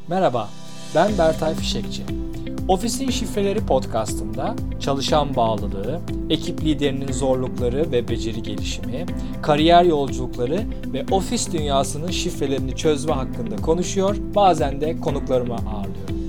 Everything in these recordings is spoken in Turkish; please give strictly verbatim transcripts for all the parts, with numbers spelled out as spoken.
Merhaba, ben Bertay Fişekçi. Ofisin Şifreleri podcastında çalışan bağlılığı, ekip liderinin zorlukları ve beceri gelişimi, kariyer yolculukları ve ofis dünyasının şifrelerini çözme hakkında konuşuyor, bazen de konuklarımı ağırlıyorum.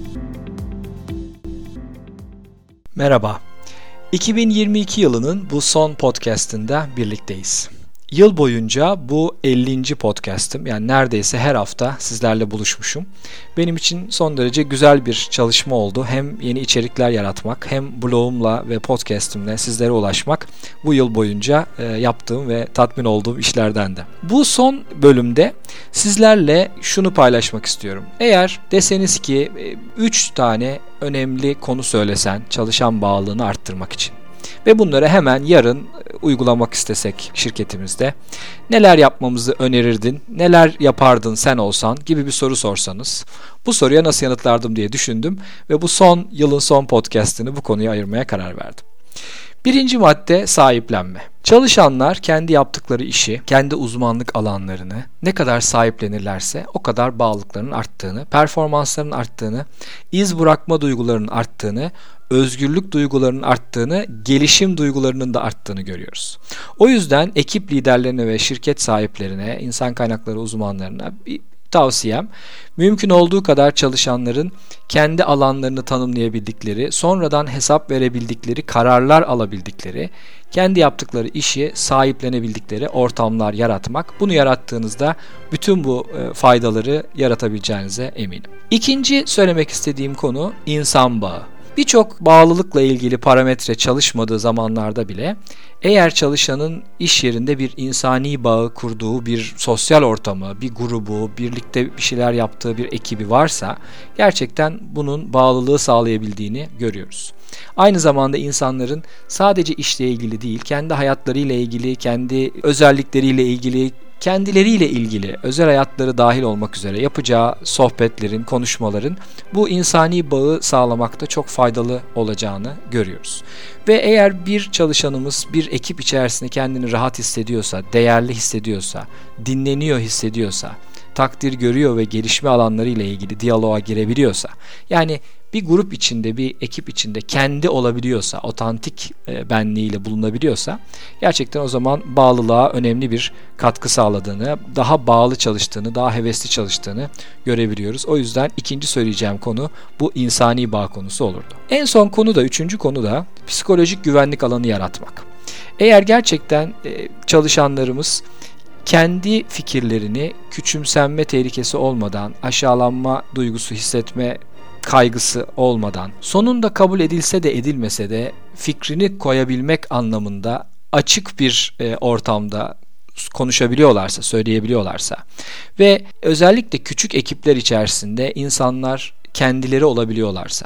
Merhaba, iki bin yirmi iki yılının bu son podcastında birlikteyiz. Yıl boyunca bu ellinci podcast'ım, yani neredeyse her hafta sizlerle buluşmuşum. Benim için son derece güzel bir çalışma oldu. Hem yeni içerikler yaratmak, hem blogumla ve podcast'imle sizlere ulaşmak bu yıl boyunca e, yaptığım ve tatmin olduğum işlerden de. Bu son bölümde sizlerle şunu paylaşmak istiyorum. Eğer deseniz ki üç tane önemli konu söylesen çalışan bağlılığını arttırmak için ve bunları hemen yarın uygulamak istesek şirketimizde neler yapmamızı önerirdin, neler yapardın sen olsan gibi bir soru sorsanız bu soruya nasıl yanıtlardım diye düşündüm ve bu son yılın son podcast'ını bu konuya ayırmaya karar verdim. Birinci madde sahiplenme. Çalışanlar kendi yaptıkları işi, kendi uzmanlık alanlarını ne kadar sahiplenirlerse o kadar bağlılıklarının arttığını, performanslarının arttığını, iz bırakma duygularının arttığını, özgürlük duygularının arttığını, gelişim duygularının da arttığını görüyoruz. O yüzden ekip liderlerine ve şirket sahiplerine, insan kaynakları uzmanlarına bir tavsiyem, mümkün olduğu kadar çalışanların kendi alanlarını tanımlayabildikleri, sonradan hesap verebildikleri, kararlar alabildikleri, kendi yaptıkları işi sahiplenebildikleri ortamlar yaratmak. Bunu yarattığınızda bütün bu faydaları yaratabileceğinize eminim. İkinci söylemek istediğim konu insan bağı. Birçok bağlılıkla ilgili parametre çalışmadığı zamanlarda bile eğer çalışanın iş yerinde bir insani bağı kurduğu bir sosyal ortamı, bir grubu, birlikte bir şeyler yaptığı bir ekibi varsa gerçekten bunun bağlılığı sağlayabildiğini görüyoruz. Aynı zamanda insanların sadece işle ilgili değil, kendi hayatlarıyla ilgili, kendi özellikleriyle ilgili, kendileriyle ilgili özel hayatları dahil olmak üzere yapacağı sohbetlerin, konuşmaların bu insani bağı sağlamakta çok faydalı olacağını görüyoruz. Ve eğer bir çalışanımız bir ekip içerisinde kendini rahat hissediyorsa, değerli hissediyorsa, dinleniyor hissediyorsa, takdir görüyor ve gelişme alanları ile ilgili diyaloğa girebiliyorsa, yani bir grup içinde, bir ekip içinde kendi olabiliyorsa, otantik benliğiyle bulunabiliyorsa gerçekten o zaman bağlılığa önemli bir katkı sağladığını, daha bağlı çalıştığını, daha hevesli çalıştığını görebiliyoruz. O yüzden ikinci söyleyeceğim konu bu insani bağ konusu olurdu. En son konu da, üçüncü konu da psikolojik güvenlik alanı yaratmak. Eğer gerçekten çalışanlarımız kendi fikirlerini küçümsenme tehlikesi olmadan, aşağılanma duygusu hissetme kaygısı olmadan, sonunda kabul edilse de edilmese de fikrini koyabilmek anlamında açık bir e, ortamda konuşabiliyorlarsa, söyleyebiliyorlarsa ve özellikle küçük ekipler içerisinde insanlar kendileri olabiliyorlarsa,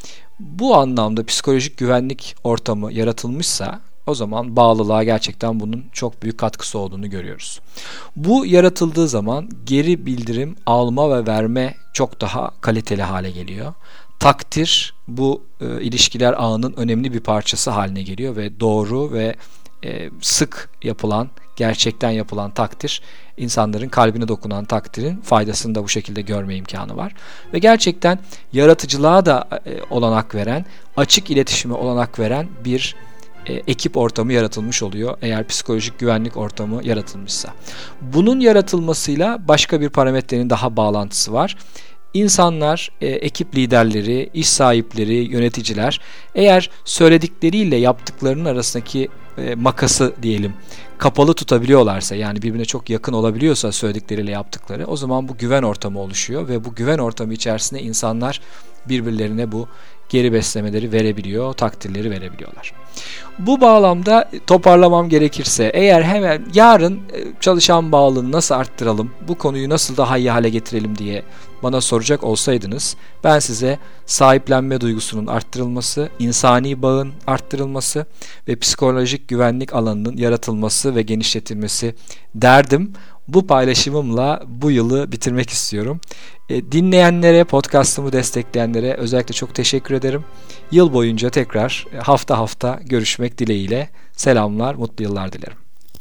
bu anlamda psikolojik güvenlik ortamı yaratılmışsa o zaman bağlılığa gerçekten bunun çok büyük katkısı olduğunu görüyoruz. Bu yaratıldığı zaman geri bildirim alma ve verme çok daha kaliteli hale geliyor. Takdir bu e, ilişkiler ağının önemli bir parçası haline geliyor ve doğru ve e, sık yapılan, gerçekten yapılan takdir, insanların kalbine dokunan takdirin faydasını da bu şekilde görme imkanı var. Ve gerçekten yaratıcılığa da e, olanak veren, açık iletişime olanak veren bir ekip ortamı yaratılmış oluyor eğer psikolojik güvenlik ortamı yaratılmışsa. Bunun yaratılmasıyla başka bir parametrenin daha bağlantısı var. İnsanlar, ekip liderleri, iş sahipleri, yöneticiler eğer söyledikleriyle yaptıklarının arasındaki makası diyelim kapalı tutabiliyorlarsa, yani birbirine çok yakın olabiliyorsa söyledikleriyle yaptıkları, o zaman bu güven ortamı oluşuyor ve bu güven ortamı içerisinde insanlar birbirlerine bu geri beslemeleri verebiliyor, takdirleri verebiliyorlar. Bu bağlamda toparlamam gerekirse, eğer hemen yarın çalışan bağlılığını nasıl arttıralım, bu konuyu nasıl daha iyi hale getirelim diye bana soracak olsaydınız, ben size sahiplenme duygusunun arttırılması, insani bağın arttırılması ve psikolojik güvenlik alanının yaratılması ve genişletilmesi derdim. Bu paylaşımımla bu yılı bitirmek istiyorum. E, dinleyenlere, podcastımı destekleyenlere özellikle çok teşekkür ederim. Yıl boyunca tekrar hafta hafta görüşmek dileğiyle selamlar, mutlu yıllar dilerim.